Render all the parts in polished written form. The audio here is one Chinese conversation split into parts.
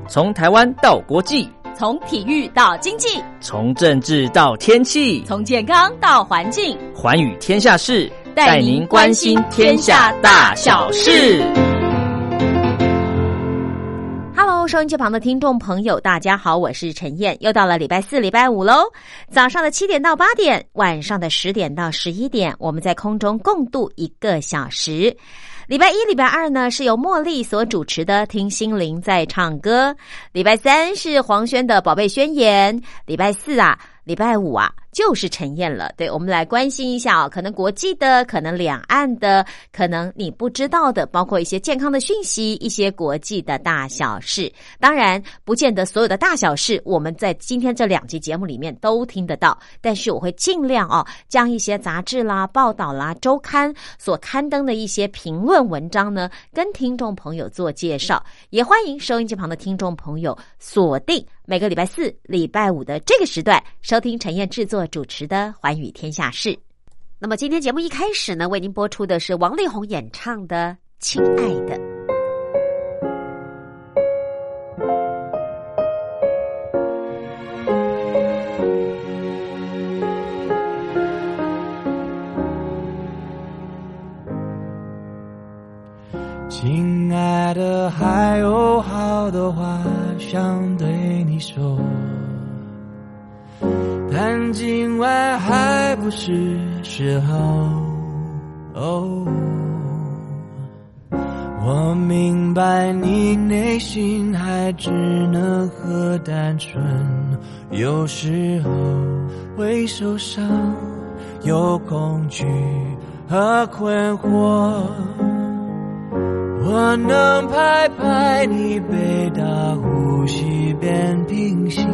从台湾到国际， 从体育到经济， 从政治到天气， 从健康到环境， 寰宇天下事， 带您关心天下大小事。Hello， 收音机旁的听众朋友，大家好，我是陈燕，又到了礼拜四、礼拜五喽。早上的7点到8点，晚上的10点到11点，我们在空中共度1个小时。礼拜1、礼拜2呢是由茉莉所主持的听心灵在唱歌，礼拜3是黄轩的宝贝宣言，礼拜4礼拜5就是陈燕了。对，我们来关心一下可能国际的，可能两岸的，可能你不知道的，包括一些健康的讯息，一些国际的大小事。当然不见得所有的大小事我们在今天这2集节目里面都听得到，但是我会尽量将一些杂志啦、报道啦、周刊所刊登的一些评论文章呢跟听众朋友做介绍。也欢迎收音机旁的听众朋友锁定每个礼拜4、礼拜5的这个时段收听陈燕制作主持的寰宇天下事。那么今天节目一开始呢，为您播出的是王力宏演唱的《亲爱的》。 亲爱的，还有好多话想对你说，但今晚还不是时候。我明白你内心还只能和单纯，有时候会受伤，有恐惧和困惑。我能拍拍你背大呼吸变平息，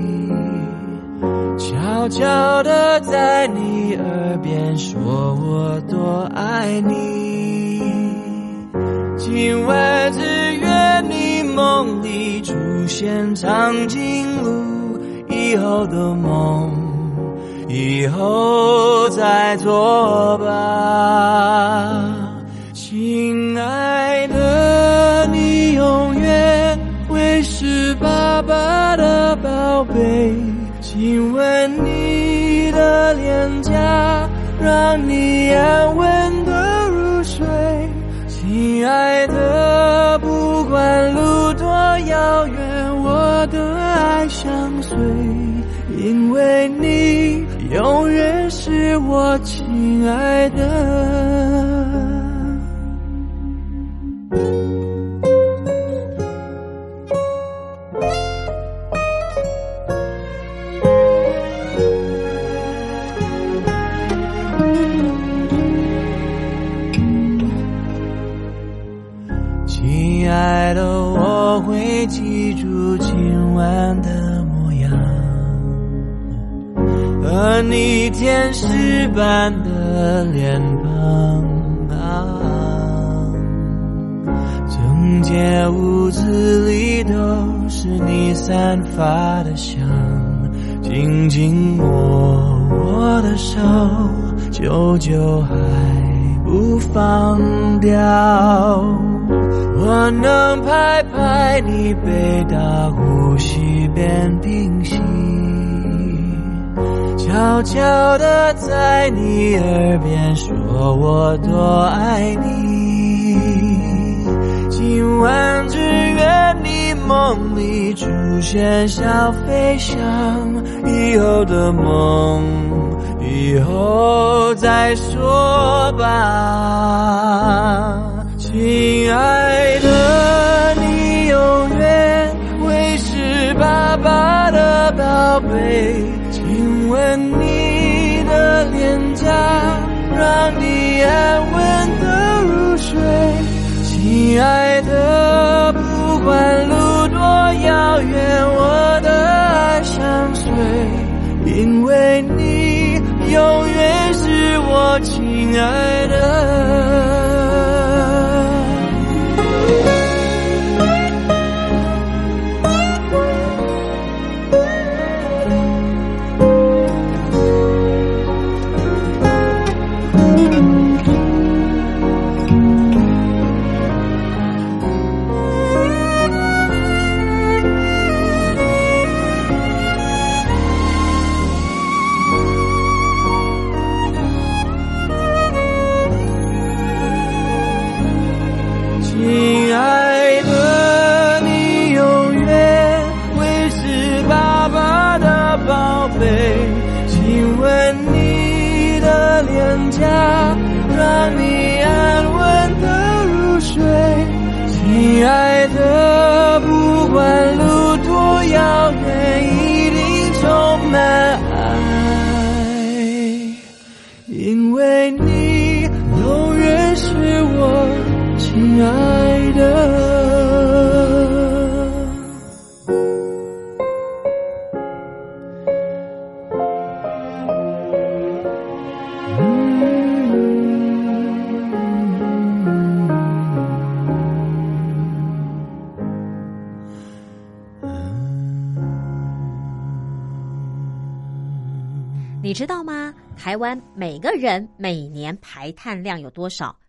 悄悄地在你耳边说我多爱你。今晚只愿你梦里出现长颈鹿，以后的梦以后再做吧。亲爱的，你永远会是爸爸的宝贝，亲吻你的脸颊，让你安稳的入睡。亲爱的，不管路多遥远，我的爱相随，因为你永远是我亲爱的。亲爱的，我会记住今晚的模样，和你天使般的脸庞整间屋子里都是你散发的香，紧紧握我的手，久久还不放掉。我能拍拍你背大呼吸变平息，悄悄地在你耳边说我多爱你。今晚只愿你梦里出现小飞象，以后的梦以后再说吧。亲爱的，你永远会是爸爸的宝贝，亲吻你的脸颊，让你安稳的入睡。亲爱的，不管路多遥远，我的爱相随，因为你永远是我亲爱的。 亲爱的，不管路多遥远，一定充满爱，因为你永远是我亲爱的。 你知道吗？台湾每个人每年排碳量有多少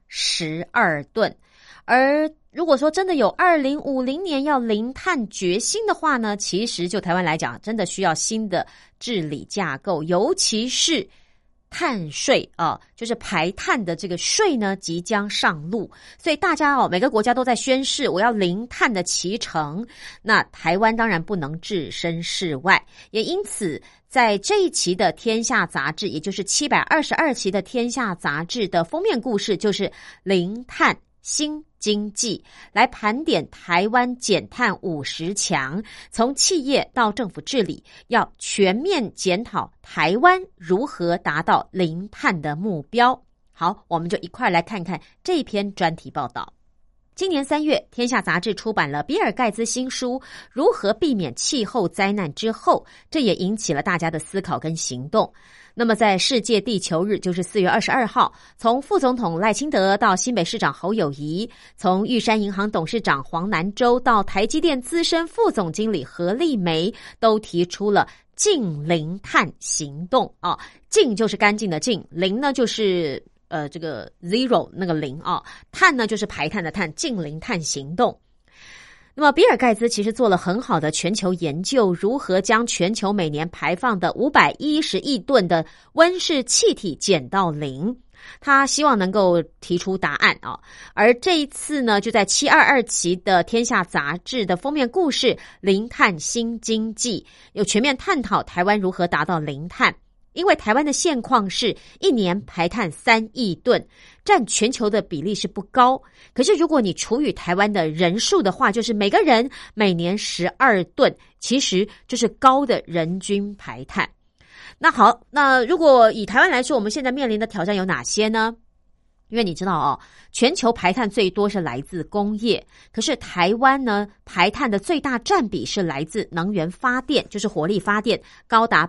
？12吨。而如果说真的有2050年要零碳决心的话呢，其实就台湾来讲，真的需要新的治理架构，尤其是碳税就是排碳的这个税呢即将上路，所以大家每个国家都在宣示我要零碳的期程，那台湾当然不能置身事外，也因此在这一期的天下杂志，也就是722期的天下杂志的封面故事就是零碳新经济，来盘点台湾减碳50强，从企业到政府治理，要全面检讨台湾如何达到零碳的目标。好，我们就一块来看看这篇专题报道。今年3月，天下杂志出版了比尔盖茨新书《如何避免气候灾难》之后，这也引起了大家的思考跟行动。那么在世界地球日，就是4月22号，从副总统赖清德到新北市长侯友宜，从玉山银行董事长黄南洲到台积电资深副总经理何丽梅，都提出了净零碳行动净就是干净的净，零呢就是这个 zero 那个零碳呢就是排碳的碳，净零碳行动。那么比尔盖茨其实做了很好的全球研究，如何将全球每年排放的510亿吨的温室气体减到零，他希望能够提出答案而这一次呢，就在722期的天下杂志的封面故事零碳新经济，有全面探讨台湾如何达到零碳。因为台湾的现况是一年排碳3亿吨，占全球的比例是不高。可是如果你除以台湾的人数的话，就是每个人每年12吨，其实就是高的人均排碳。那好，那如果以台湾来说，我们现在面临的挑战有哪些呢？因为你知道全球排碳最多是来自工业，可是台湾呢，排碳的最大占比是来自能源发电，就是火力发电，高达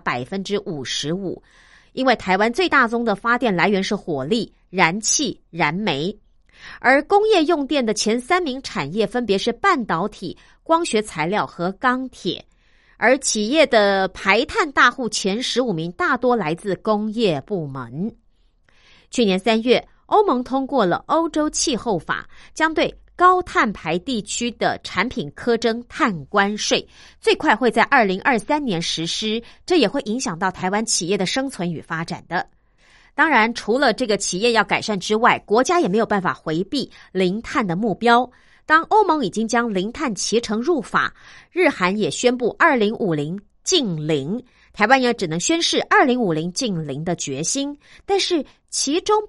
55%。因为台湾最大宗的发电来源是火力、燃气、燃煤，而工业用电的前3名产业分别是半导体、光学材料和钢铁。而企业的排碳大户前15名大多来自工业部门。去年3月，欧盟通过了欧洲气候法，将对高碳排地区的产品课征碳关税，最快会在2023年实施，这也会影响到台湾企业的生存与发展的。当然，除了这个企业要改善之外，国家也没有办法回避零碳的目标。当欧盟已经将零碳期程入法，日韩也宣布2050净零，台湾也只能宣示2050净零的决心，但是其中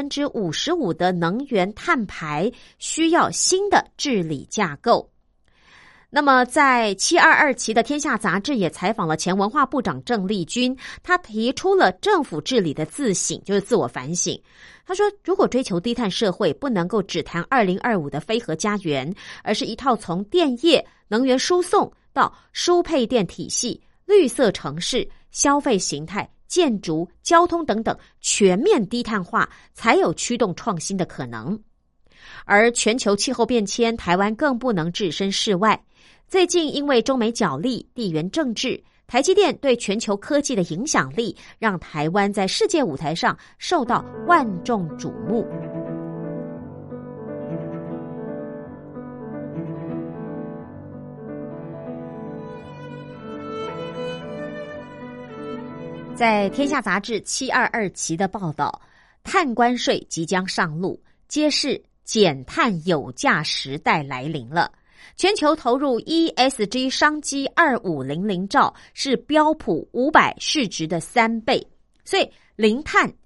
55% 的能源碳排需要新的治理架构。那么在722期的天下杂志也采访了前文化部长郑丽君，他提出了政府治理的自省，就是自我反省。他说，如果追求低碳社会，不能够只谈2025的非核家园，而是一套从电业、能源输送到输配电体系、绿色城市、消费形态、建筑、交通等等全面低碳化，才有驱动创新的可能。而全球气候变迁，台湾更不能置身事外。最近因为中美角力、地缘政治，台积电对全球科技的影响力，让台湾在世界舞台上受到万众瞩目。在天下杂志722期的报道，碳关税即将上路，揭示减碳有价时代来临了。全球投入 ESG 商机2500兆，是标普500市值的3倍。所以零碳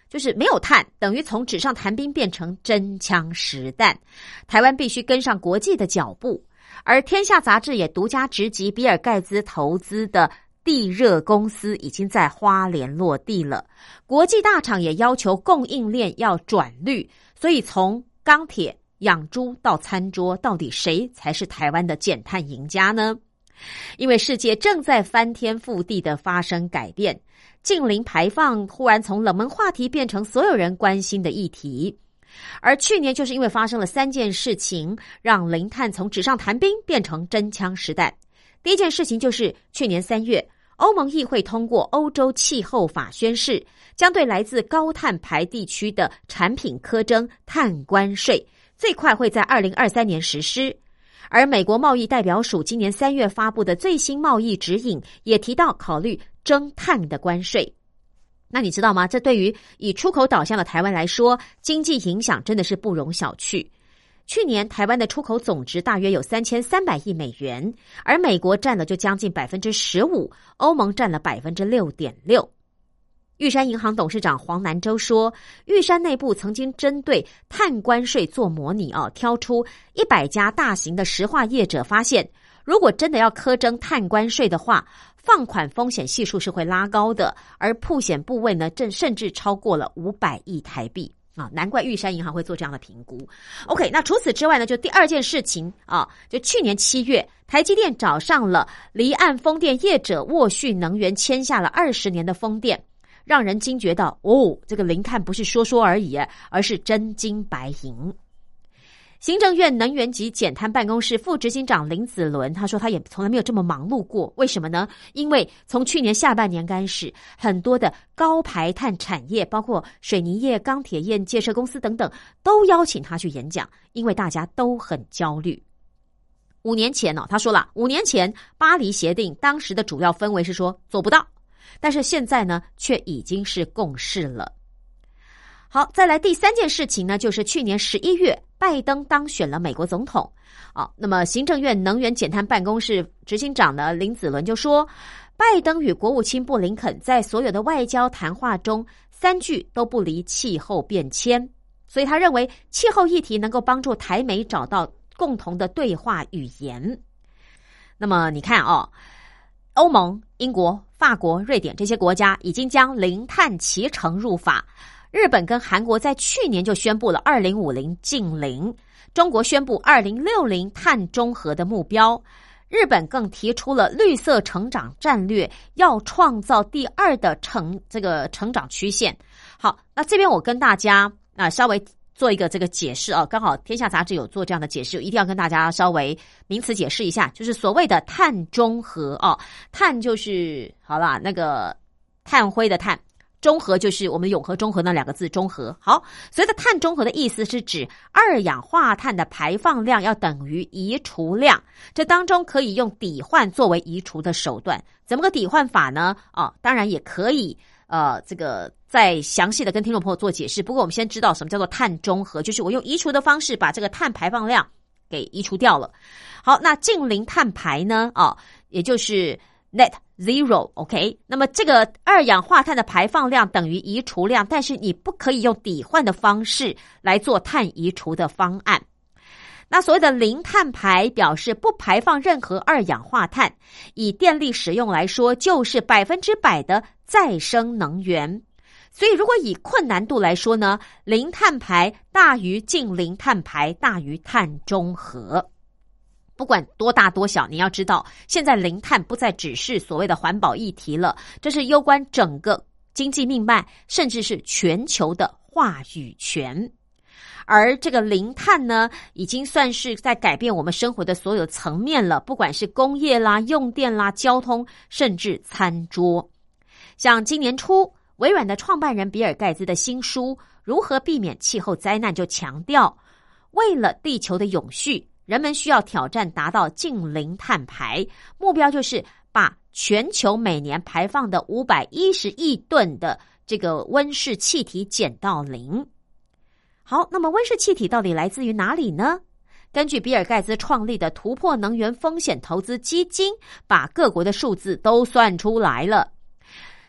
就是没有碳，等于从纸上谈兵变成真枪实弹。台湾必须跟上国际的脚步。而天下杂志也独家直击比尔盖茨投资的地热公司已经在花莲落地了，国际大厂也要求供应链要转绿，所以从钢铁、养猪到餐桌，到底谁才是台湾的减碳赢家呢？因为世界正在翻天覆地的发生改变，净零排放忽然从冷门话题变成所有人关心的议题。而去年就是因为发生了3件事情，让零碳从纸上谈兵变成真枪实弹。第一件事情就是去年3月，欧盟议会通过欧洲气候法，宣示将对来自高碳排地区的产品课征碳关税，最快会在2023年实施。而美国贸易代表署今年3月发布的最新贸易指引也提到考虑征碳的关税。那你知道吗？这对于以出口导向的台湾来说，经济影响真的是不容小觑。去年台湾的出口总值大约有3300亿美元，而美国占了就将近 15%， 欧盟占了 6.6%。玉山银行董事长黄南洲说，玉山内部曾经针对碳关税做模拟，挑出100家大型的石化业者，发现如果真的要苛征碳关税的话，放款风险系数是会拉高的，而曝险部位呢，甚至超过了500亿台币啊！难怪玉山银行会做这样的评估。OK， 那除此之外呢，就第二件事情啊，就去年7月，台积电找上了离岸风电业者沃旭能源，签下了20年的风电，让人惊觉到这个零碳不是说说而已，而是真金白银。行政院能源及减碳办公室副执行长林子伦他说，他也从来没有这么忙碌过。为什么呢？因为从去年下半年开始，很多的高排碳产业，包括水泥业、钢铁业、建设公司等等，都邀请他去演讲，因为大家都很焦虑。5年前他说了，5年前巴黎协定当时的主要氛围是说做不到，但是现在呢，却已经是共识了。好，再来第3件事情呢，就是去年11月，拜登当选了美国总统。那么行政院能源减碳办公室执行长呢林子伦就说，拜登与国务卿布林肯在所有的外交谈话中3句都不离气候变迁，所以他认为气候议题能够帮助台美找到共同的对话语言。那么你看欧盟、英国、法国、瑞典这些国家已经将零碳期程入法，日本跟韩国在去年就宣布了2050净零，中国宣布2060碳中和的目标，日本更提出了绿色成长战略，要创造第2的成长曲线。好，那这边我跟大家稍微做一个这个解释刚好天下杂志有做这样的解释，一定要跟大家稍微名词解释一下，就是所谓的碳中和碳就是好啦，那个碳灰的碳，中和就是我们永和中和那2个字中和。好，所谓的碳中和的意思是指二氧化碳的排放量要等于移除量，这当中可以用抵换作为移除的手段。怎么个抵换法呢？当然也可以这个再详细的跟听众朋友做解释。不过我们先知道什么叫做碳中和，就是我用移除的方式把这个碳排放量给移除掉了。好，那净零碳排呢也就是 net zero OK， 那么这个二氧化碳的排放量等于移除量，但是你不可以用抵换的方式来做碳移除的方案。那所谓的零碳排表示不排放任何二氧化碳，以电力使用来说就是100%的再生能源。所以如果以困难度来说呢，零碳排大于净零碳排大于碳中和。不管多大多小，你要知道现在零碳不再只是所谓的环保议题了，这是攸关整个经济命脉，甚至是全球的话语权。而这个零碳呢，已经算是在改变我们生活的所有层面了，不管是工业啦、用电啦、交通，甚至餐桌。像今年初，微软的创办人比尔盖茨的新书《如何避免气候灾难》就强调，为了地球的永续，人们需要挑战达到净零碳排，目标就是把全球每年排放的510亿吨的这个温室气体减到0。好，那么温室气体到底来自于哪里呢？根据比尔盖茨创立的突破能源风险投资基金，把各国的数字都算出来了。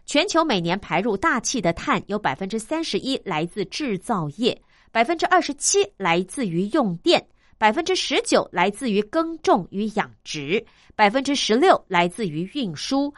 全球每年排入大气的碳有 31% 来自制造业， 27% 来自于用电， 19% 来自于耕种与养殖， 16% 来自于运输，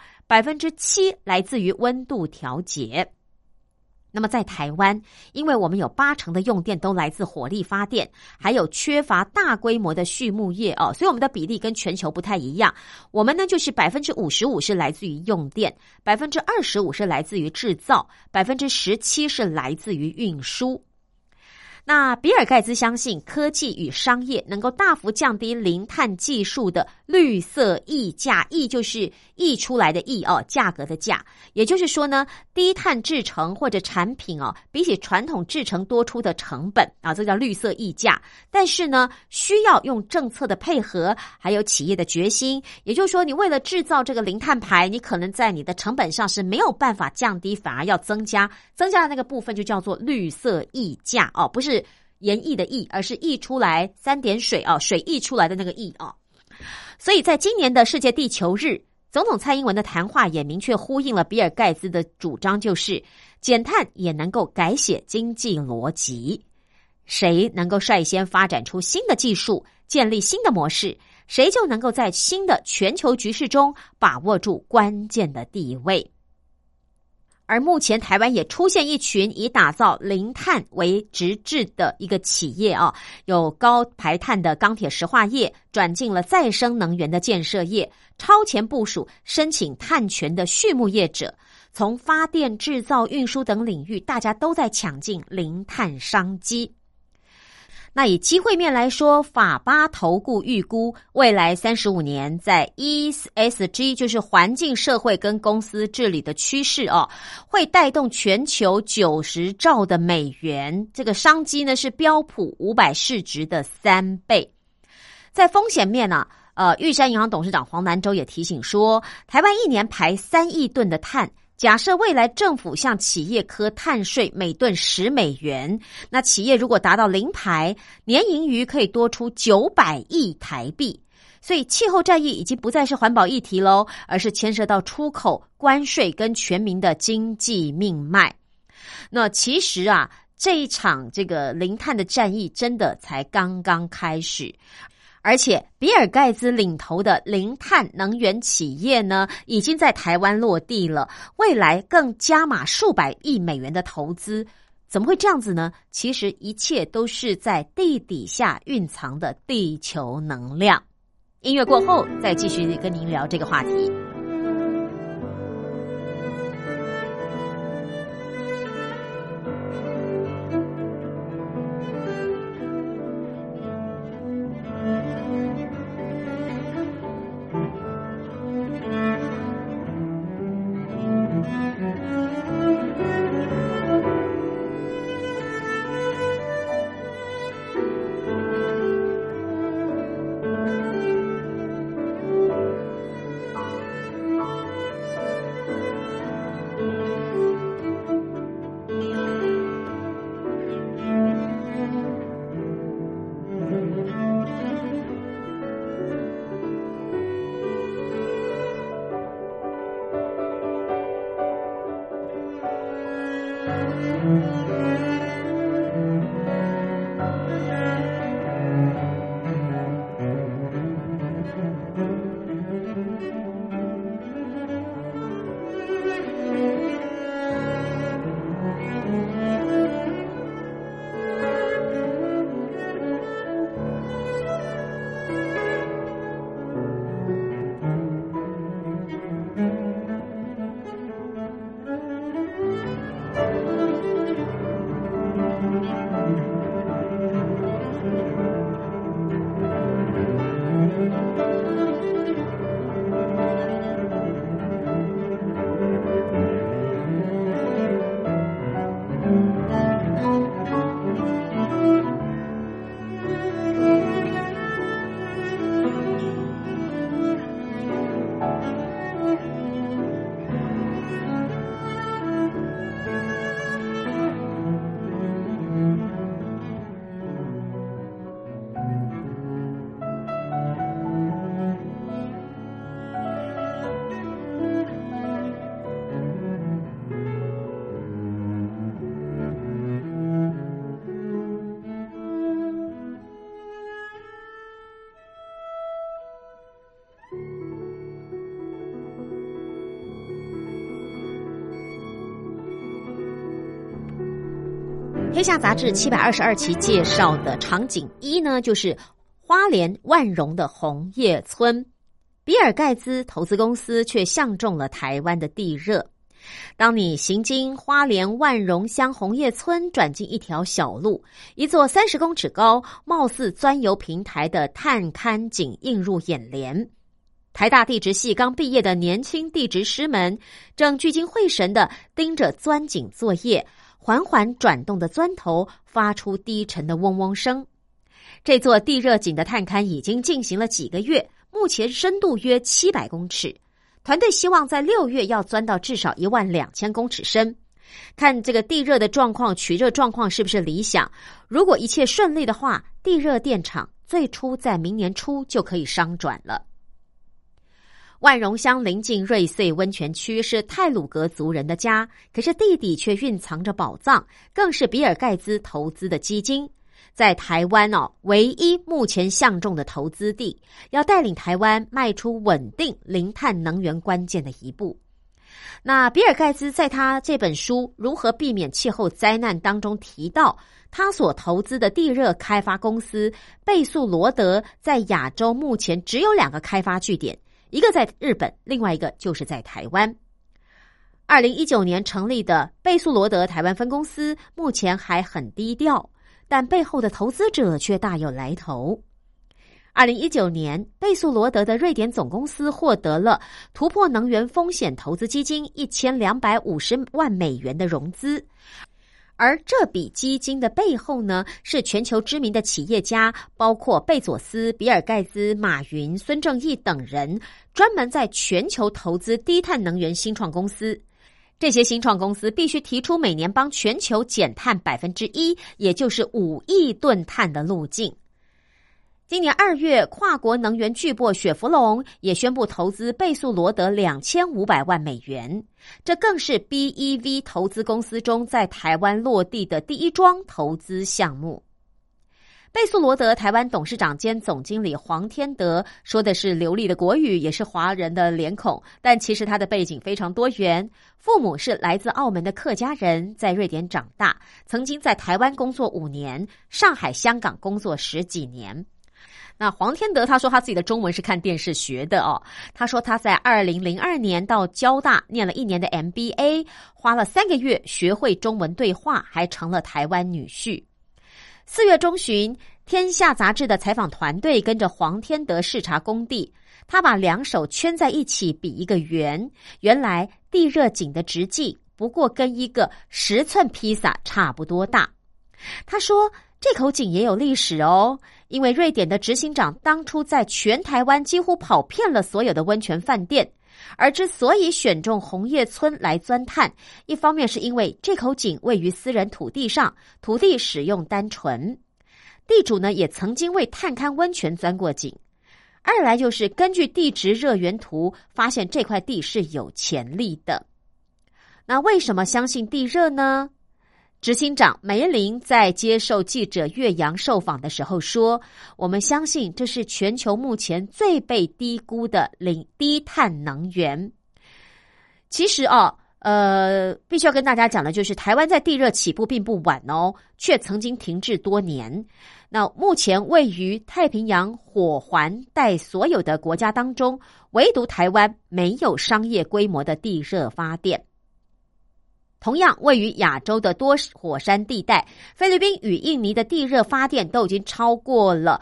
7% 来自于温度调节。那么在台湾，因为我们有80%的用电都来自火力发电，还有缺乏大规模的畜牧业所以我们的比例跟全球不太一样。我们呢就是 55% 是来自于用电， 25% 是来自于制造， 17% 是来自于运输。那比尔盖茨相信科技与商业能够大幅降低零碳技术的绿色溢价，溢就是溢出来的溢价格的价，也就是说呢，低碳制成或者产品比起传统制成多出的成本这叫绿色溢价。但是呢，需要用政策的配合，还有企业的决心，也就是说，你为了制造这个零碳排，你可能在你的成本上是没有办法降低，反而要增加的那个部分就叫做绿色溢价不是盐溢的溢，而是溢出来3点水水溢出来的那个溢所以在今年的世界地球日，总统蔡英文的谈话也明确呼应了比尔盖茨的主张，就是减碳也能够改写经济逻辑。谁能够率先发展出新的技术，建立新的模式，谁就能够在新的全球局势中把握住关键的地位。而目前台湾也出现一群以打造零碳为直至的一个企业有高排碳的钢铁石化业转进了再生能源的建设业，超前部署申请碳权的畜牧业者，从发电、制造、运输等领域，大家都在抢进零碳商机。那以机会面来说，法巴投顾预估未来35年在 ESG 就是环境、社会跟公司治理的趋势会带动全球90兆的美元，这个商机呢是标普500市值的3倍。在风险面玉山银行董事长黄南州也提醒说，台湾一年排3亿吨的碳，假设未来政府向企业科碳税每吨10美元，那企业如果达到零排，年盈余可以多出900亿台币。所以气候战役已经不再是环保议题咯，而是牵涉到出口、关税跟全民的经济命脉。那其实这一场这个零碳的战役真的才刚刚开始。而且比尔盖茨领头的零碳能源企业呢，已经在台湾落地了，未来更加码数百亿美元的投资。怎么会这样子呢？其实一切都是在地底下蕴藏的地球能量。音乐过后再继续跟您聊这个话题。 天下杂志722期介绍的场景一呢，就是花莲万荣的红叶村。比尔盖茨投资公司却相中了台湾的地热。当你行经花莲万荣乡红叶村，转进一条小路，一座30公尺高、貌似钻油平台的探勘井映入眼帘。台大地质系刚毕业的年轻地质师们正聚精会神地盯着钻井作业，缓缓转动的钻头发出低沉的嗡嗡声。这座地热井的探勘已经进行了几个月，目前深度约700公尺。团队希望在6月要钻到至少12000公尺深。看这个地热的状况，取热状况是不是理想？如果一切顺利的话，地热电厂最初在明年初就可以商转了。万荣乡临近瑞穗温泉区，是太鲁阁族人的家，可是地底却蕴藏着宝藏，更是比尔盖茨投资的基金。在台湾唯一目前相中的投资地，要带领台湾迈出稳定零碳能源关键的一步。那比尔盖茨在他这本书《如何避免气候灾难》当中提到，他所投资的地热开发公司贝素罗德在亚洲目前只有2个开发据点，一个在日本，另外一个就是在台湾。2019年成立的贝素罗德台湾分公司目前还很低调，但背后的投资者却大有来头。2019年，贝素罗德的瑞典总公司获得了突破能源风险投资基金1250万美元的融资。而这笔基金的背后呢，是全球知名的企业家，包括贝佐斯、比尔盖茨、马云、孙正义等人，专门在全球投资低碳能源新创公司。这些新创公司必须提出每年帮全球减碳 1%， 也就是5亿吨碳的路径。今年2月，跨国能源巨擘雪佛龙也宣布投资贝素罗德2500万美元，这更是 BEV 投资公司中在台湾落地的第一桩投资项目。贝素罗德台湾董事长兼总经理黄天德说的是流利的国语，也是华人的脸孔，但其实他的背景非常多元。父母是来自澳门的客家人，在瑞典长大，曾经在台湾工作5年，上海、香港工作10几年。那黄天德他说他自己的中文是看电视学的他说他在2002年到交大念了1年的 MBA， 花了3个月学会中文对话，还成了台湾女婿。4月中旬，天下杂志的采访团队跟着黄天德视察工地，他把2手圈在一起比一个圆，原来地热井的直径不过跟一个10寸披萨差不多大。他说这口井也有历史因为瑞典的执行长当初在全台湾几乎跑遍了所有的温泉饭店，而之所以选中红叶村来钻探，一方面是因为这口井位于私人土地上，土地使用单纯，地主呢也曾经为探勘温泉钻过井；二来就是根据地质热源图发现这块地是有潜力的。那为什么相信地热呢？执行长梅林在接受记者岳阳受访的时候说，我们相信这是全球目前最被低估的低碳能源。其实必须要跟大家讲的就是台湾在地热起步并不晚却曾经停滞多年。那目前位于太平洋火环带所有的国家当中，唯独台湾没有商业规模的地热发电。同样位于亚洲的多火山地带，菲律宾与印尼的地热发电都已经超过了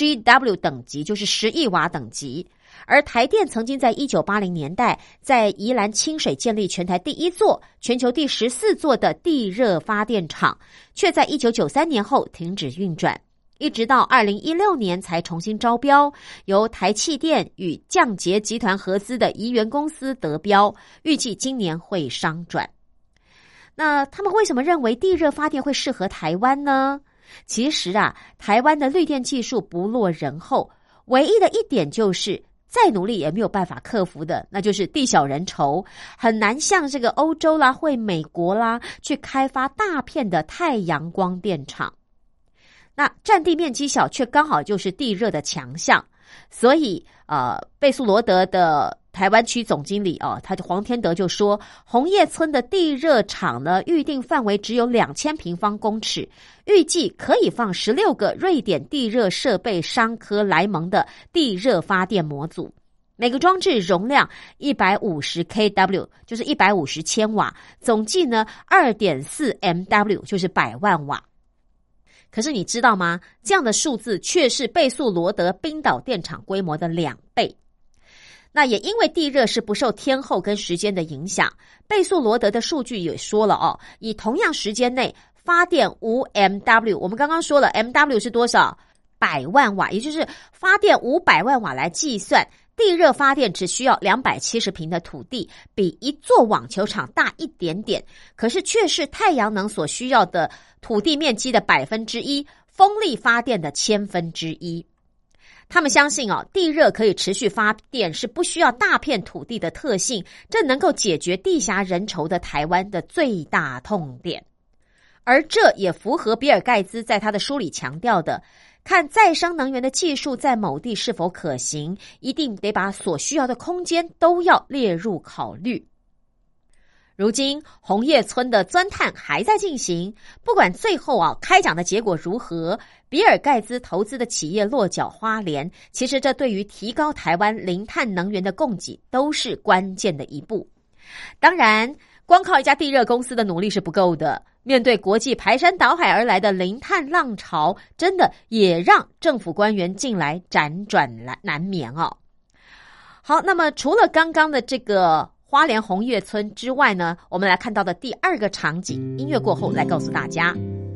GW 等级，就是10亿瓦等级。而台电曾经在1980年代在宜兰清水建立全台第1座、全球第14座的地热发电厂，却在1993年后停止运转，一直到2016年才重新招标，由台气电与降捷集团合资的宜源公司得标，预计今年会商转。那他们为什么认为地热发电会适合台湾呢？其实台湾的绿电技术不落人后，唯一的一点就是再努力也没有办法克服的，那就是地小人稠，很难像这个欧洲啦或美国啦去开发大片的太阳光电厂。那占地面积小却刚好就是地热的强项，所以贝素罗德的台湾区总经理他黄天德就说，红叶村的地热厂呢，预定范围只有2000平方公尺，预计可以放16个瑞典地热设备商科莱蒙的地热发电模组，每个装置容量150 kW， 就是150千瓦，总计呢 2.4 MW， 就是100万瓦。可是你知道吗？这样的数字却是贝素罗德冰岛电厂规模的2倍。那也因为地热是不受天候跟时间的影响，贝素罗德的数据也说了以同样时间内发电5 MW， 我们刚刚说了 MW 是多少？100万瓦，也就是发电500万瓦来计算，地热发电只需要270平的土地，比一座网球场大一点点，可是却是太阳能所需要的土地面积的1%，风力发电的1/1000。他们相信地热可以持续发电是不需要大片土地的特性，这能够解决地狭人稠的台湾的最大痛点。而这也符合比尔盖茨在他的书里强调的，看再生能源的技术在某地是否可行，一定得把所需要的空间都要列入考虑。如今红叶村的钻探还在进行，不管最后开奖的结果如何，比尔盖茨投资的企业落脚花莲，其实这对于提高台湾零碳能源的供给都是关键的一步。当然光靠一家地热公司的努力是不够的，面对国际排山倒海而来的零碳浪潮，真的也让政府官员近来辗转难眠好，那么除了刚刚的这个花莲红叶村之外呢，我们来看到的第2个场景，音乐过后来告诉大家。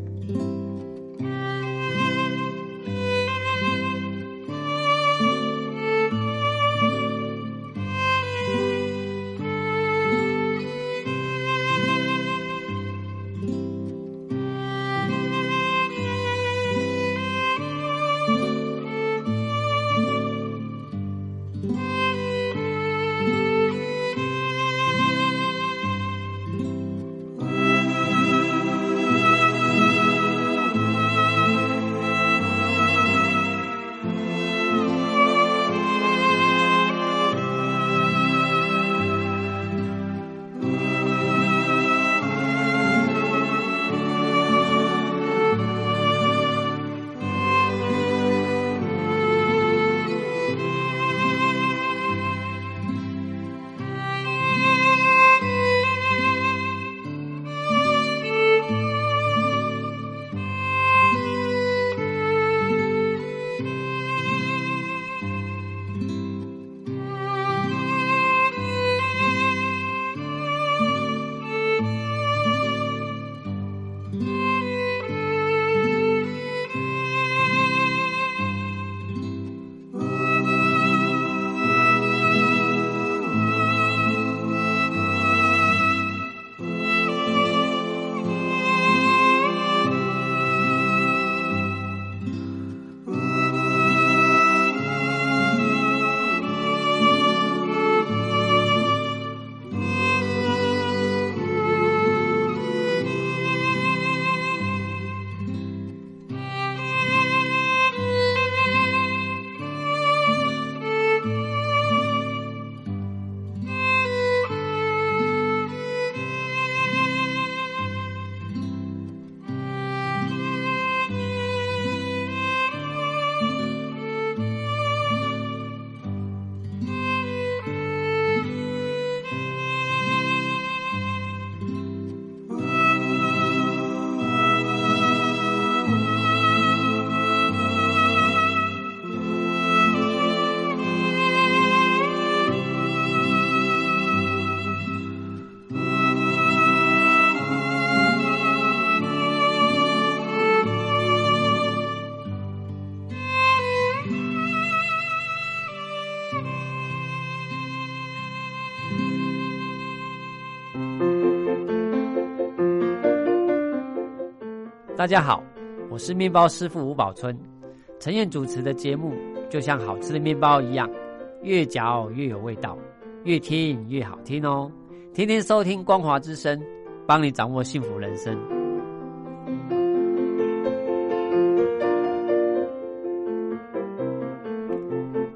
大家好，我是面包师傅吴宝春。陈燕主持的节目就像好吃的面包一样，越嚼越有味道，越听越好听哦。天天收听光华之声，帮你掌握幸福人生。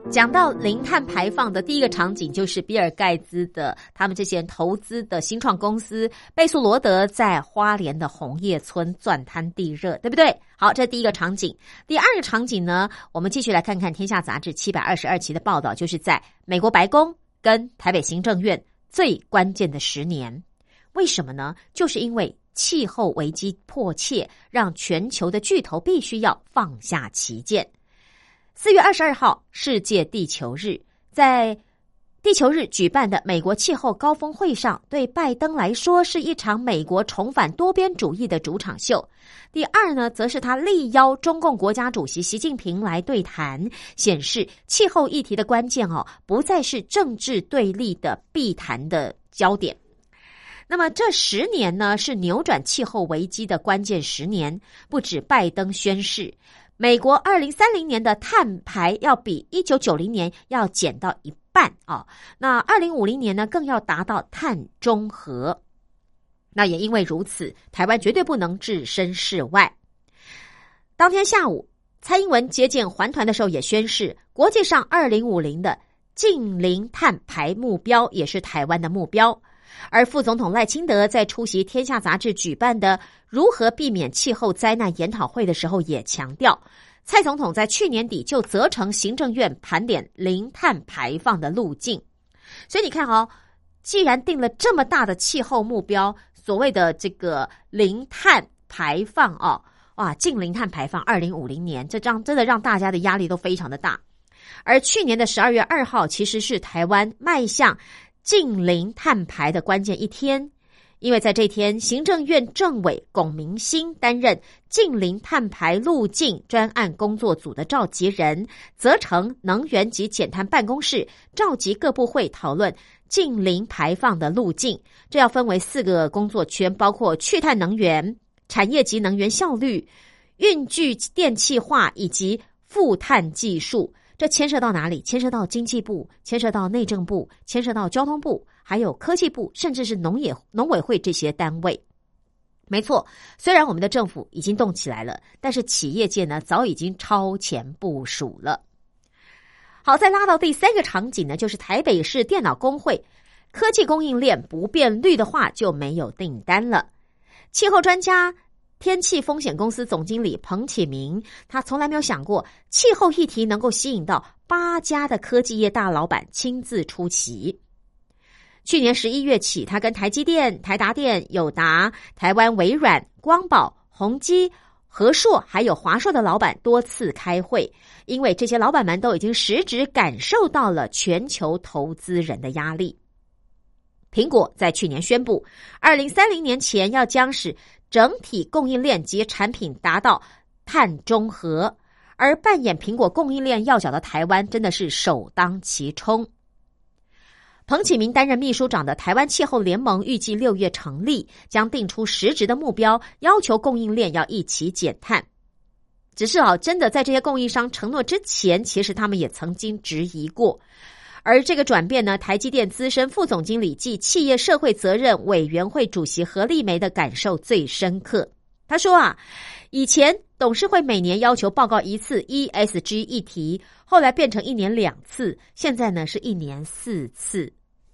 讲到零碳排放的第一个场景，就是比尔盖茨的他们这些人投资的新创公司贝苏罗德在花莲的红叶村钻滩地热，对不对？好，这是第一个场景。第二个场景呢，我们继续来看看《天下杂志》722期的报道，就是在美国白宫跟台北行政院最关键的10年。为什么呢？就是因为气候危机迫切，让全球的巨头必须要放下旗舰。4月22号，世界地球日，在地球日举办的美国气候高峰会上，对拜登来说是一场美国重返多边主义的主场秀。第二呢，则是他力邀中共国家主席习近平来对谈，显示气候议题的关键不再是政治对立的必谈的焦点。那么这10年呢，是扭转气候危机的关键10年。不止拜登宣示，美国2030年的碳排要比1990年要减到一半那2050年呢，更要达到碳中和。那也因为如此，台湾绝对不能置身事外。当天下午，蔡英文接见环团的时候也宣示，国际上2050的净零碳排目标也是台湾的目标。而副总统赖清德在出席《天下杂志》举办的如何避免气候灾难研讨会的时候也强调，蔡总统在去年底就责成行政院盘点零碳排放的路径。所以你看既然定了这么大的气候目标，所谓的这个零碳排放净零碳排放2050年，这真的让大家的压力都非常的大。而去年的12月2号其实是台湾迈向净零碳排的关键一天，因为在这天，行政院政委龚明鑫担任净零碳排路径专案工作组的召集人，责成能源及减碳办公室召集各部会讨论净零排放的路径。这要分为4个工作圈，包括去碳能源、产业及能源效率、运具电气化以及负碳技术。这牵涉到哪里？牵涉到经济部，牵涉到内政部，牵涉到交通部，还有科技部，甚至是农委会这些单位。没错，虽然我们的政府已经动起来了，但是企业界呢早已经超前部署了。好，再拉到第3个场景呢，就是台北市电脑工会，科技供应链不变绿的话就没有订单了。气候专家天气风险公司总经理彭启明，他从来没有想过气候议题能够吸引到8家的科技业大老板亲自出席。去年11月起，他跟台积电、台达电、友达、台湾微软、光宝、宏基、和硕还有华硕的老板多次开会，因为这些老板们都已经实质感受到了全球投资人的压力。苹果在去年宣布，2030年前要将使整体供应链及产品达到碳中和，而扮演苹果供应链要角的台湾真的是首当其冲。彭启明担任秘书长的台湾气候联盟预计6月成立，将定出实质的目标，要求供应链要一起减碳。只是真的在这些供应商承诺之前，其实他们也曾经质疑过。而这个转变呢，台积电资深副总经理暨企业社会责任委员会主席何丽梅的感受最深刻。他说以前董事会每年要求报告1次 ESG 议题，后来变成1年2次，现在呢是1年4次。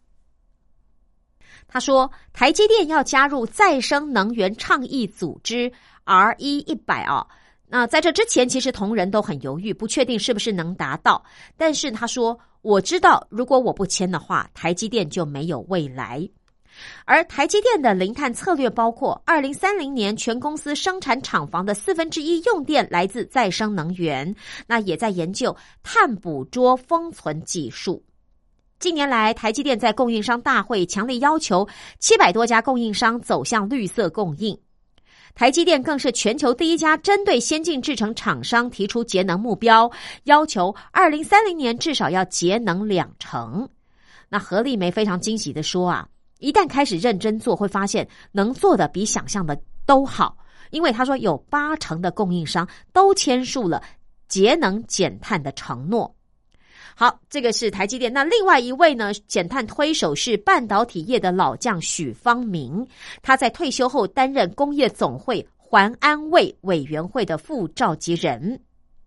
他说，台积电要加入再生能源倡议组织 RE100那在这之前，其实同仁都很犹豫，不确定是不是能达到。但是他说，我知道如果我不签的话，台积电就没有未来。而台积电的零碳策略包括2030年全公司生产厂房的1/4用电来自再生能源，那也在研究碳捕捉封存技术。近年来，台积电在供应商大会强力要求700多家供应商走向绿色供应。台积电更是全球第一家针对先进制程厂商提出节能目标，要求2030年至少要节能20%。那何丽梅非常惊喜地说一旦开始认真做，会发现能做的比想象的都好，因为他说有80%的供应商都签署了节能减碳的承诺。好，这个是台积电。那另外一位呢，减碳推手是半导体业的老将许方明，他在退休后担任工业总会环安卫委员会的副召集人。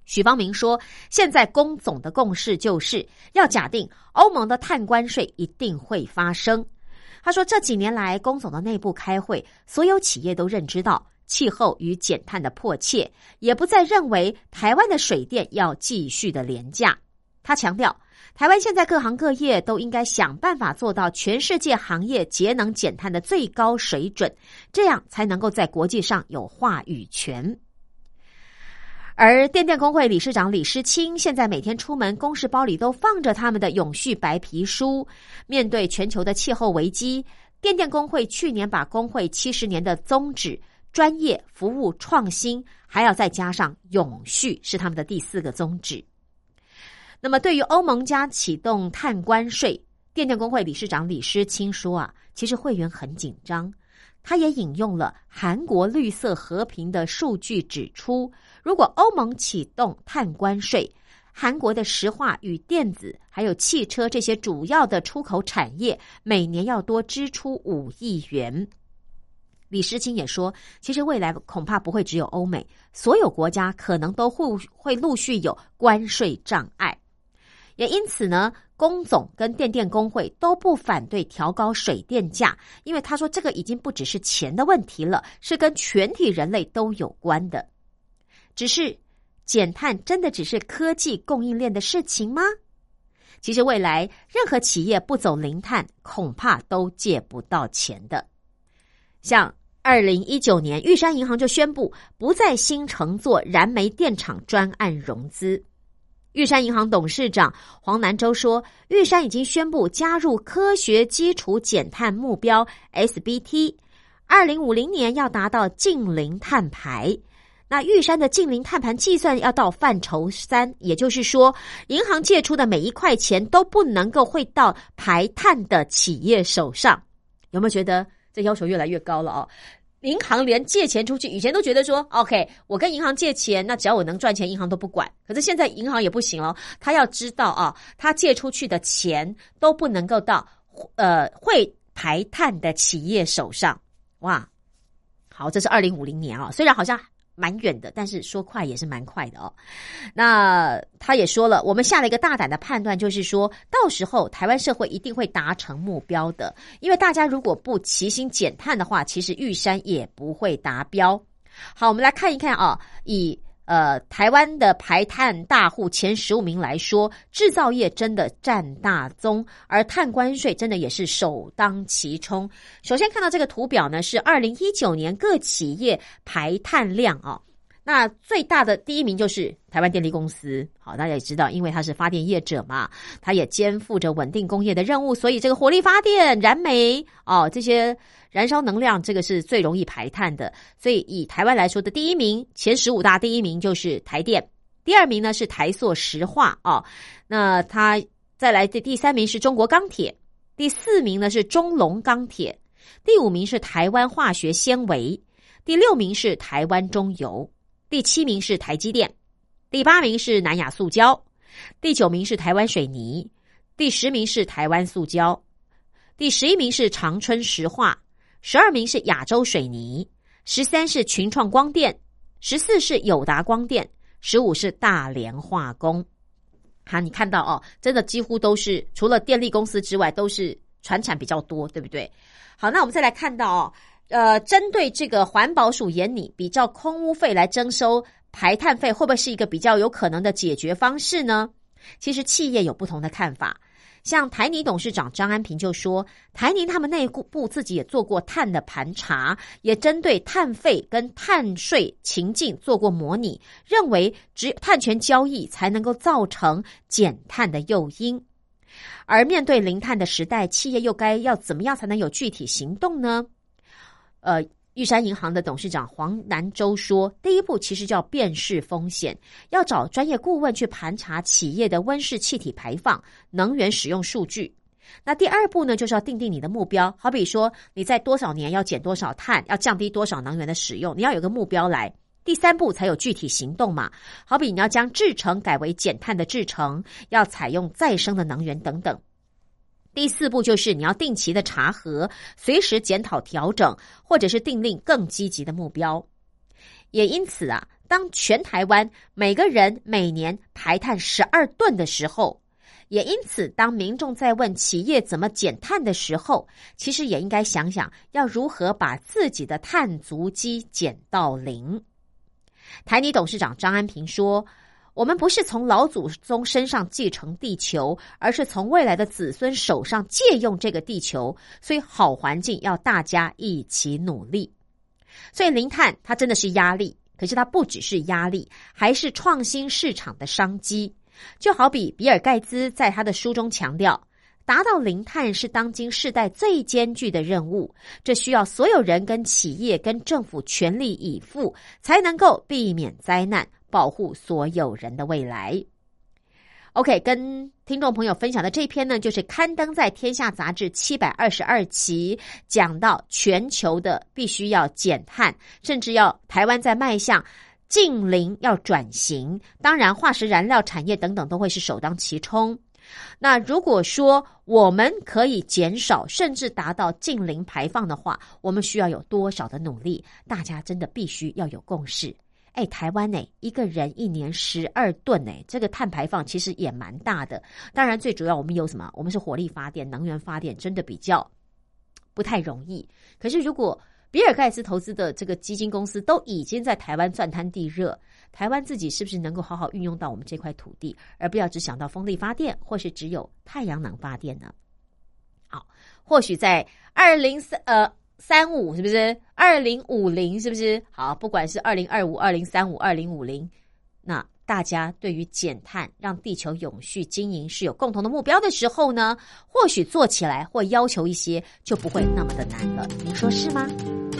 许方明说，现在工总的共识就是要假定欧盟的碳关税一定会发生。他说，这几年来工总的内部开会，所有企业都认知到气候与减碳的迫切，也不再认为台湾的水电要继续的廉价。他强调，台湾现在各行各业都应该想办法做到全世界行业节能减碳的最高水准，这样才能够在国际上有话语权。而电电工会理事长李诗清现在每天出门，公事包里都放着他们的永续白皮书。面对全球的气候危机，电电工会去年把工会70年的宗旨专业、服务、创新，还要再加上永续，是他们的第4个宗旨。那么对于欧盟加启动碳关税，电电工会理事长李诗清说其实会员很紧张。他也引用了韩国绿色和平的数据指出，如果欧盟启动碳关税，韩国的石化与电子还有汽车这些主要的出口产业每年要多支出5亿元。李诗清也说，其实未来恐怕不会只有欧美，所有国家可能都会陆续有关税障碍。也因此呢，工总跟电电工会都不反对调高水电价，因为他说这个已经不只是钱的问题了，是跟全体人类都有关的。只是减碳真的只是科技供应链的事情吗？其实未来任何企业不走零碳，恐怕都借不到钱的。像2019年，玉山银行就宣布不再新承做燃煤电厂专案融资。玉山银行董事长黄南洲说，玉山已经宣布加入科学基础减碳目标 SBT， 2050年要达到净零碳排。那玉山的净零碳盘计算要到范畴3，也就是说，银行借出的每一块钱都不能够汇到排碳的企业手上。有没有觉得这要求越来越高了银行连借钱出去，以前都觉得说 OK， 我跟银行借钱，那只要我能赚钱，银行都不管。可是现在银行也不行了，他要知道他借出去的钱都不能够到会排碳的企业手上。哇，好，这是2050年虽然好像蛮远的，但是说快也是蛮快的那他也说了，我们下了一个大胆的判断，就是说到时候台湾社会一定会达成目标的，因为大家如果不齐心减碳的话，其实玉山也不会达标。好，我们来看一看以台湾的排碳大户前15名来说，制造业真的占大宗，而碳关税真的也是首当其冲。首先看到这个图表呢，是2019年各企业排碳量那最大的第一名就是台湾电力公司。好，大家也知道，因为它是发电业者嘛，它也肩负着稳定工业的任务，所以这个火力发电、燃煤这些燃烧能量，这个是最容易排碳的。所以以台湾来说的第一名，前15大第一名就是台电，第2名呢是台塑石化那它再来的第3名是中国钢铁，第4名呢是中龙钢铁，第5名是台湾化学纤维，第6名是台湾中油，第7名是台积电，第8名是南亚塑胶，第9名是台湾水泥，第10名是台湾塑胶，第11名是长春石化，12名是亚洲水泥，13是群创光电，14是友达光电，15是大连化工。好，你看到真的几乎都是除了电力公司之外都是传产比较多，对不对？好，那我们再来看到针对这个环保署研拟比照空污费来征收排碳费，会不会是一个比较有可能的解决方式呢？其实企业有不同的看法。像台泥董事长张安平就说，台泥他们内部自己也做过碳的盘查，也针对碳费跟碳税情境做过模拟，认为只有碳权交易才能够造成减碳的诱因。而面对零碳的时代，企业又该要怎么样才能有具体行动呢？玉山银行的董事长黄南洲说，第一步其实叫辨识风险，要找专业顾问去盘查企业的温室气体排放、能源使用数据。那第2步呢，就是要定你的目标，好比说你在多少年要减多少碳，要降低多少能源的使用，你要有个目标来。第3步才有具体行动嘛，好比你要将制程改为减碳的制程，要采用再生的能源等等。第4步就是你要定期的查核，随时检讨调整，或者是订立更积极的目标。也因此当全台湾每个人每年排碳12吨的时候，也因此当民众在问企业怎么减碳的时候，其实也应该想想要如何把自己的碳足迹减到0。台泥董事长张安平说，我们不是从老祖宗身上继承地球，而是从未来的子孙手上借用这个地球，所以好环境要大家一起努力。所以零碳它真的是压力，可是它不只是压力，还是创新市场的商机。就好比比尔盖茨在他的书中强调，达到零碳是当今世代最艰巨的任务，这需要所有人跟企业跟政府全力以赴，才能够避免灾难，保护所有人的未来。OK， 跟听众朋友分享的这篇呢，就是刊登在《天下》杂志722期，讲到全球的必须要减碳，甚至要台湾在迈向净零要转型，当然化石燃料产业等等都会是首当其冲。那如果说我们可以减少甚至达到净零排放的话，我们需要有多少的努力？大家真的必须要有共识。台湾一个人一年12吨这个碳排放其实也蛮大的。当然最主要我们有什么？我们是火力发电、能源发电，真的比较不太容易。可是如果比尔盖茨投资的这个基金公司都已经在台湾钻滩地热，台湾自己是不是能够好好运用到我们这块土地，而不要只想到风力发电或是只有太阳能发电呢？好，或许在35是不是2050是不是？好，不管是2025、2035、2050，那大家对于减碳让地球永续经营是有共同的目标的时候呢，或许做起来或要求一些就不会那么的难了，您说是吗？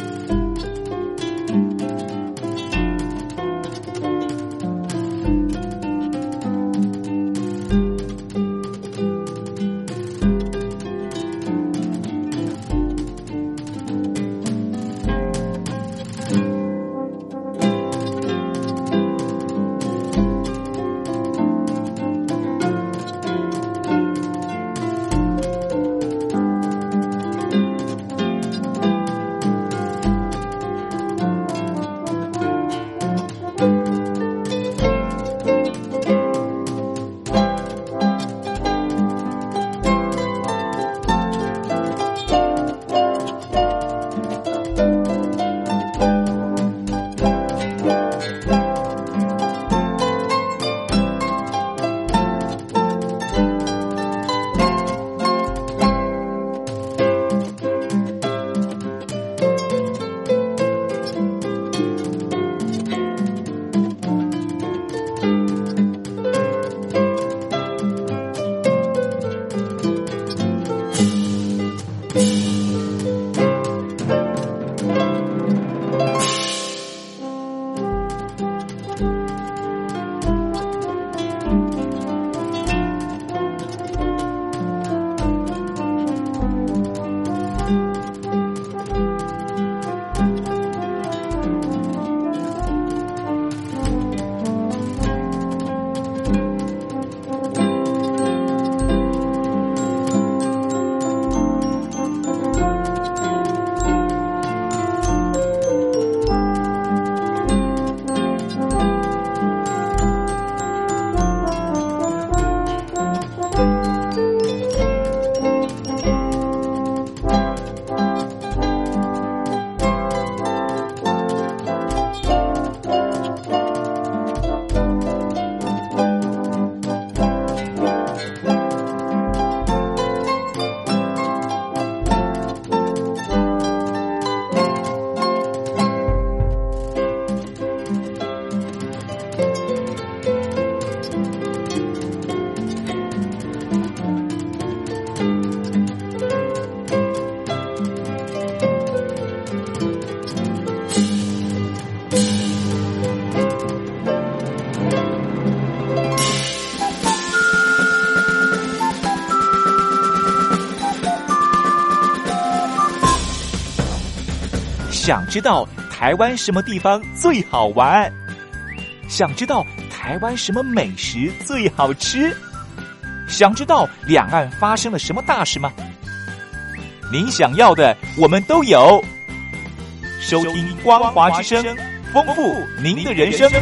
想知道台湾什么地方最好玩？想知道台湾什么美食最好吃？想知道两岸发生了什么大事吗？您想要的我们都有。收听光华之声， 丰富您的人生。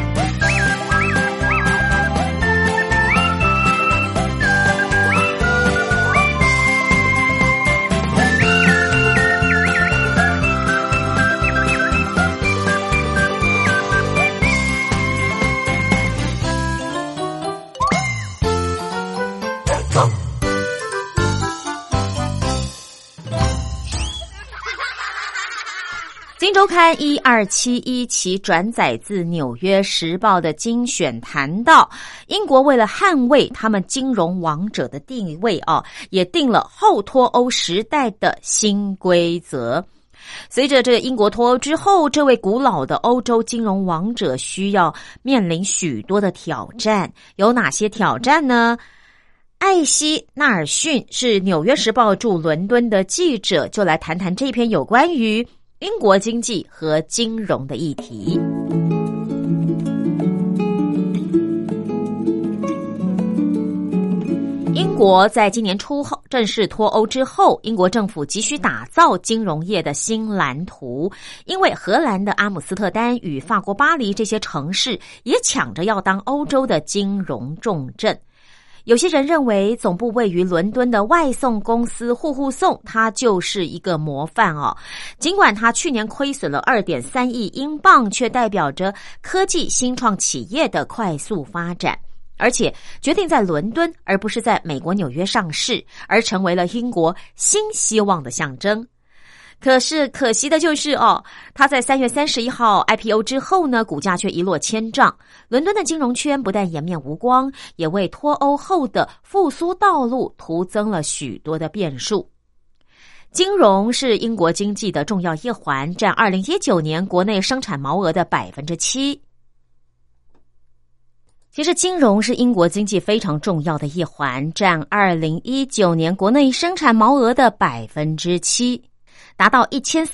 今周刊1271期转载自纽约时报的精选谈到，英国为了捍卫他们金融王者的地位也定了后脱欧时代的新规则。随着这个英国脱欧之后，这位古老的欧洲金融王者需要面临许多的挑战。有哪些挑战呢？艾希纳尔逊是纽约时报驻伦敦的记者，就来谈谈这篇有关于英国经济和金融的议题。英国在今年初后正式脱欧之后，英国政府急需打造金融业的新蓝图，因为荷兰的阿姆斯特丹与法国巴黎这些城市也抢着要当欧洲的金融重镇。有些人认为总部位于伦敦的外送公司户户送，它就是一个模范尽管它去年亏损了 2.3 亿英镑，却代表着科技新创企业的快速发展，而且决定在伦敦而不是在美国纽约上市，而成为了英国新希望的象征。可是可惜的就是它在3月31号 IPO 之后呢，股价却一落千丈。伦敦的金融圈不但颜面无光，也为脱欧后的复苏道路徒增了许多的变数。金融是英国经济的重要一环，占2019年国内生产毛额的 7%。其实金融是英国经济非常重要的一环，占2019年国内生产毛额的 7%，达到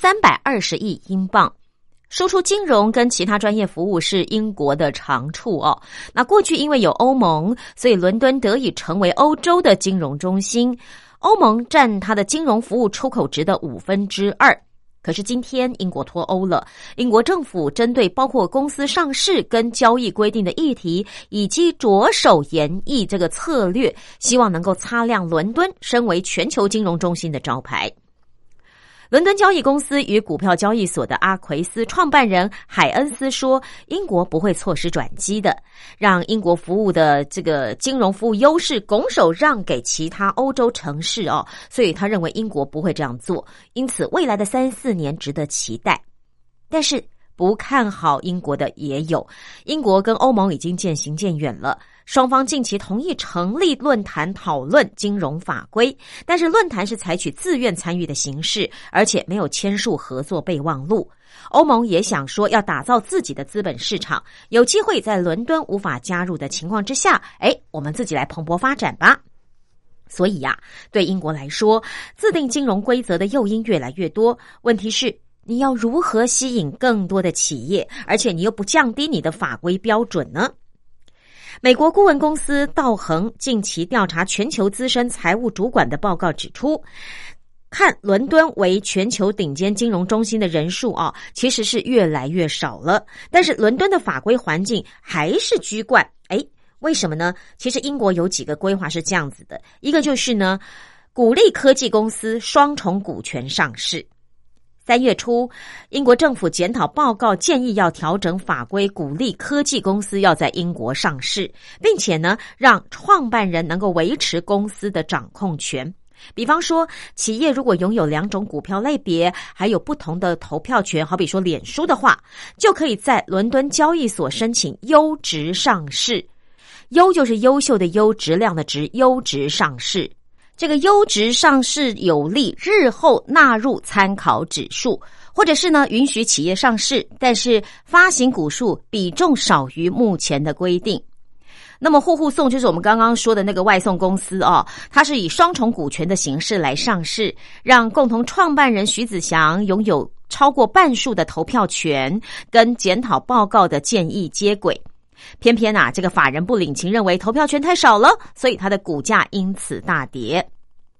1320亿英镑。输出金融跟其他专业服务是英国的长处那过去因为有欧盟，所以伦敦得以成为欧洲的金融中心。欧盟占它的金融服务出口值的2/5。可是今天英国脱欧了，英国政府针对包括公司上市跟交易规定的议题，以及着手研议这个策略，希望能够擦亮伦敦身为全球金融中心的招牌。伦敦交易公司与股票交易所的阿奎斯创办人海恩斯说，英国不会错失转机的，让英国服务的这个金融服务优势拱手让给其他欧洲城市所以他认为英国不会这样做，因此未来的3-4年值得期待。但是不看好英国的也有，英国跟欧盟已经渐行渐远了，双方近期同意成立论坛讨论金融法规，但是论坛是采取自愿参与的形式，而且没有签署合作备忘录。欧盟也想说要打造自己的资本市场，有机会在伦敦无法加入的情况之下，我们自己来蓬勃发展吧。所以对英国来说，制定金融规则的诱因越来越多，问题是你要如何吸引更多的企业，而且你又不降低你的法规标准呢？美国顾问公司道恒近期调查全球资深财务主管的报告指出，看伦敦为全球顶尖金融中心的人数其实是越来越少了，但是伦敦的法规环境还是居冠。为什么呢？其实英国有几个规划是这样子的，一个就是呢，鼓励科技公司双重股权上市。3月初，英国政府检讨报告建议要调整法规，鼓励科技公司要在英国上市，并且呢，让创办人能够维持公司的掌控权。比方说，企业如果拥有2种股票类别，还有不同的投票权，好比说脸书的话，就可以在伦敦交易所申请优质上市。优就是优秀的优，质量的质，优质上市。这个优质上市有利日后纳入参考指数，或者是呢允许企业上市，但是发行股数比重少于目前的规定。那么户户送就是我们刚刚说的那个外送公司它是以双重股权的形式来上市，让共同创办人徐子祥拥有超过半数的投票权，跟检讨报告的建议接轨。偏偏这个法人不领情，认为投票权太少了，所以他的股价因此大跌。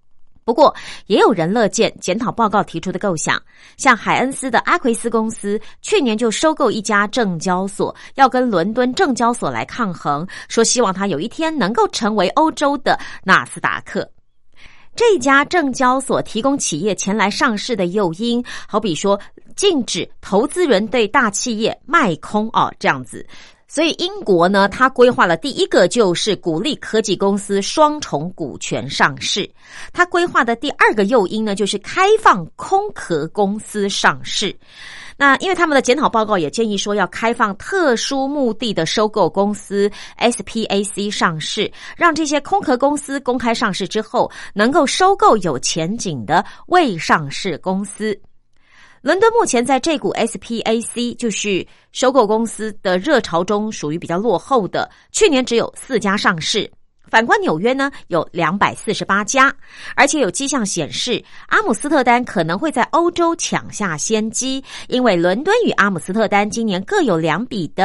不过，也有人乐见检讨报告提出的构想，像海恩斯的阿奎斯公司去年就收购一家证交所，要跟伦敦证交所来抗衡，说希望它有一天能够成为欧洲的纳斯达克。这家证交所提供企业前来上市的诱因，好比说禁止投资人对大企业卖空这样子。所以英国呢，它规划了第一个就是鼓励科技公司双重股权上市。它规划的第二个诱因呢，就是开放空壳公司上市。那因为他们的检讨报告也建议说要开放特殊目的的收购公司 SPAC 上市，让这些空壳公司公开上市之后，能够收购有前景的未上市公司。伦敦目前在这股 SPAC 就是收购公司的热潮中属于比较落后的，去年只有4家上市。反观纽约呢，有248家，而且有迹象显示阿姆斯特丹可能会在欧洲抢下先机，因为伦敦与阿姆斯特丹今年各有2笔的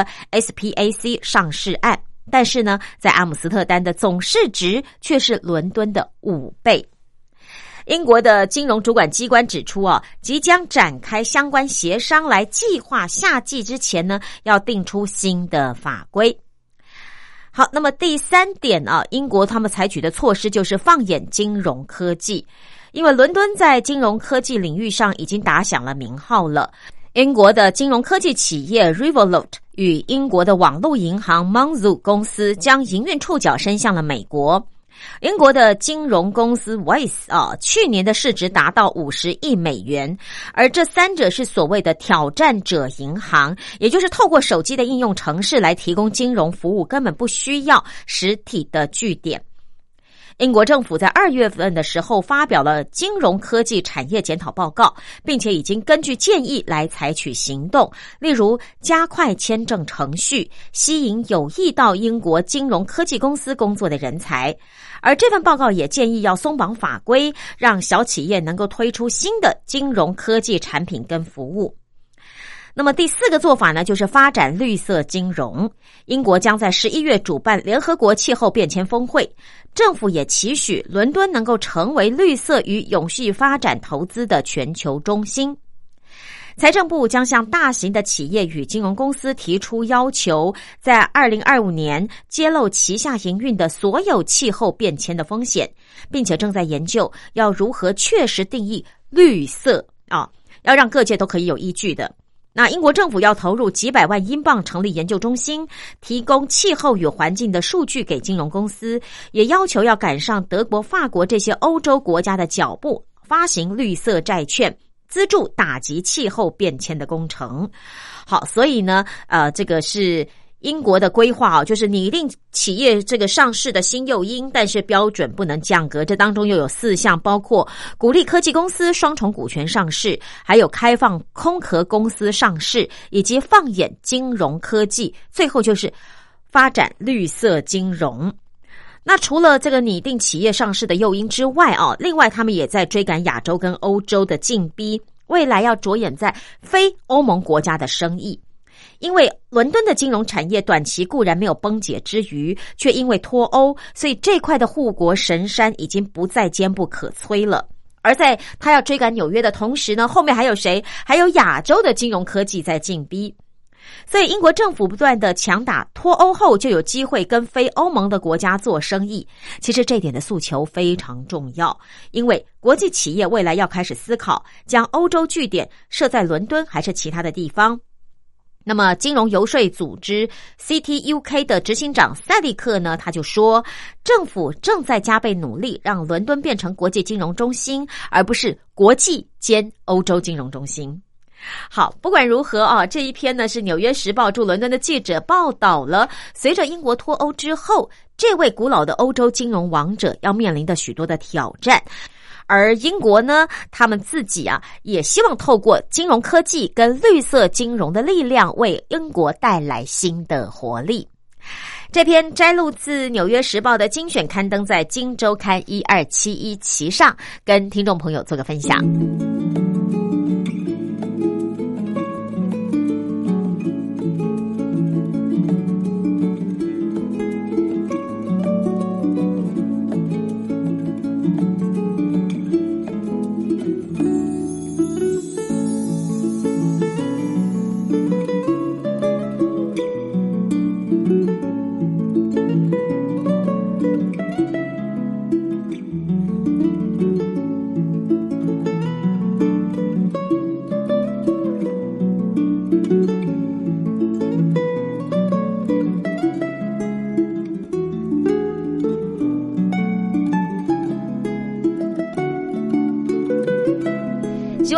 SPAC 上市案，但是呢，在阿姆斯特丹的总市值却是伦敦的5倍。英国的金融主管机关指出即将展开相关协商，来计划夏季之前呢，要定出新的法规。好，那么第3点英国他们采取的措施就是放眼金融科技，因为伦敦在金融科技领域上已经打响了名号了。英国的金融科技企业 Revolut 与英国的网络银行 Monzo 公司将营运触角伸向了美国。英国的金融公司 Wise 去年的市值达到50亿美元，而这3者是所谓的挑战者银行，也就是透过手机的应用程式来提供金融服务，根本不需要实体的据点。英国政府在2月份的时候发表了金融科技产业检讨报告，并且已经根据建议来采取行动，例如加快签证程序，吸引有意到英国金融科技公司工作的人才。而这份报告也建议要松绑法规，让小企业能够推出新的金融科技产品跟服务。那么第4个做法呢，就是发展绿色金融。英国将在11月主办联合国气候变迁峰会，政府也期许伦敦能够成为绿色与永续发展投资的全球中心。财政部将向大型的企业与金融公司提出要求，在2025年揭露旗下营运的所有气候变迁的风险，并且正在研究要如何确实定义绿色要让各界都可以有依据的。那英国政府要投入几百万英镑成立研究中心，提供气候与环境的数据给金融公司，也要求要赶上德国、法国这些欧洲国家的脚步，发行绿色债券，资助打击气候变迁的工程。好，所以呢，这个是英国的规划就是拟定企业这个上市的新诱因，但是标准不能降格。这当中又有4项，包括鼓励科技公司双重股权上市，还有开放空壳公司上市，以及放眼金融科技，最后就是发展绿色金融。那除了这个拟定企业上市的诱因之外另外他们也在追赶亚洲跟欧洲的禁逼，未来要着眼在非欧盟国家的生意。因为伦敦的金融产业短期固然没有崩解之余，却因为脱欧，所以这块的护国神山已经不再坚不可摧了。而在他要追赶纽约的同时呢，后面还有谁？还有亚洲的金融科技在进逼。所以英国政府不断的强打脱欧后就有机会跟非欧盟的国家做生意。其实这点的诉求非常重要，因为国际企业未来要开始思考将欧洲据点设在伦敦还是其他的地方。那么金融游说组织 CTUK 的执行长塞利克呢，他就说政府正在加倍努力让伦敦变成国际金融中心，而不是国际兼欧洲金融中心。好，不管如何这一篇呢是纽约时报驻伦敦的记者报道了随着英国脱欧之后，这位古老的欧洲金融王者要面临的许多的挑战。而英国呢，他们自己也希望透过金融科技跟绿色金融的力量，为英国带来新的活力。这篇摘录自《纽约时报》的精选，刊登在《今周刊》1271期上，跟听众朋友做个分享。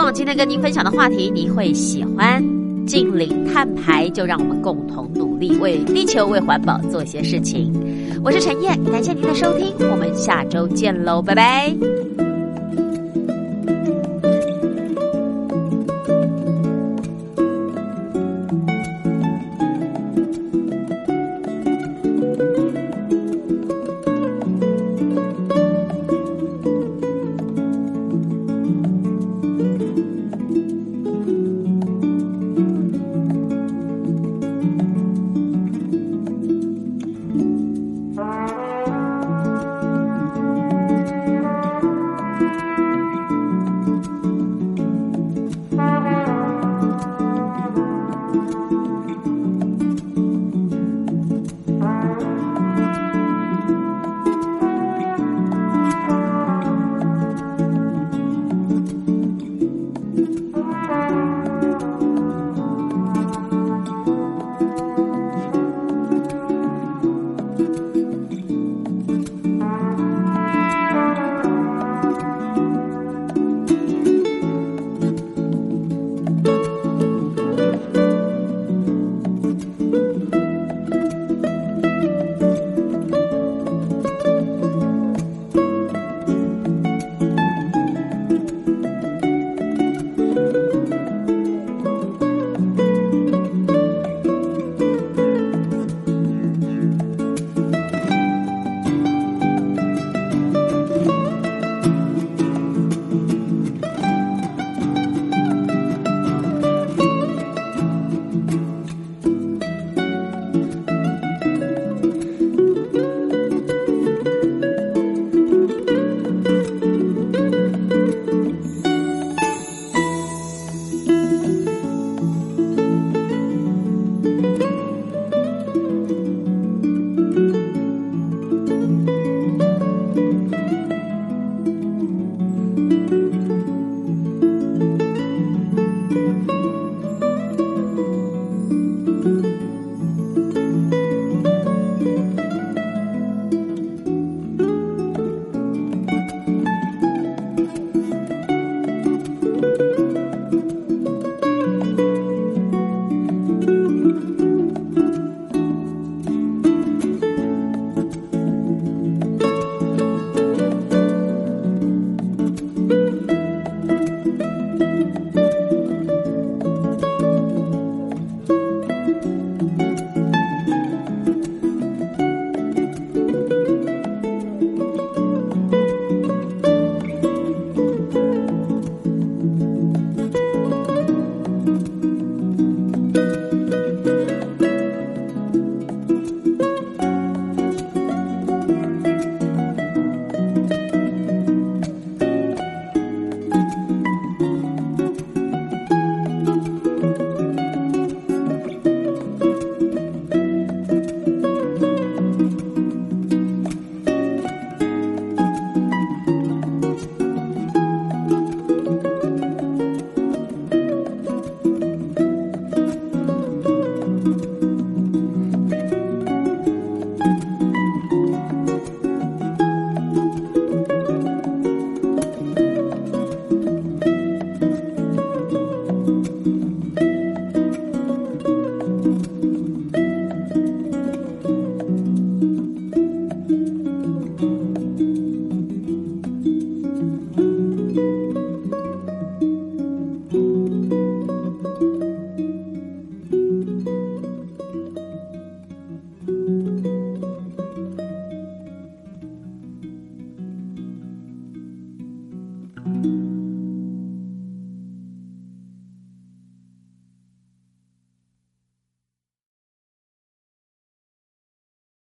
望今天跟您分享的话题你会喜欢。净零碳排，就让我们共同努力，为地球、为环保做些事情。我是陈燕，感谢您的收听，我们下周见喽，拜拜。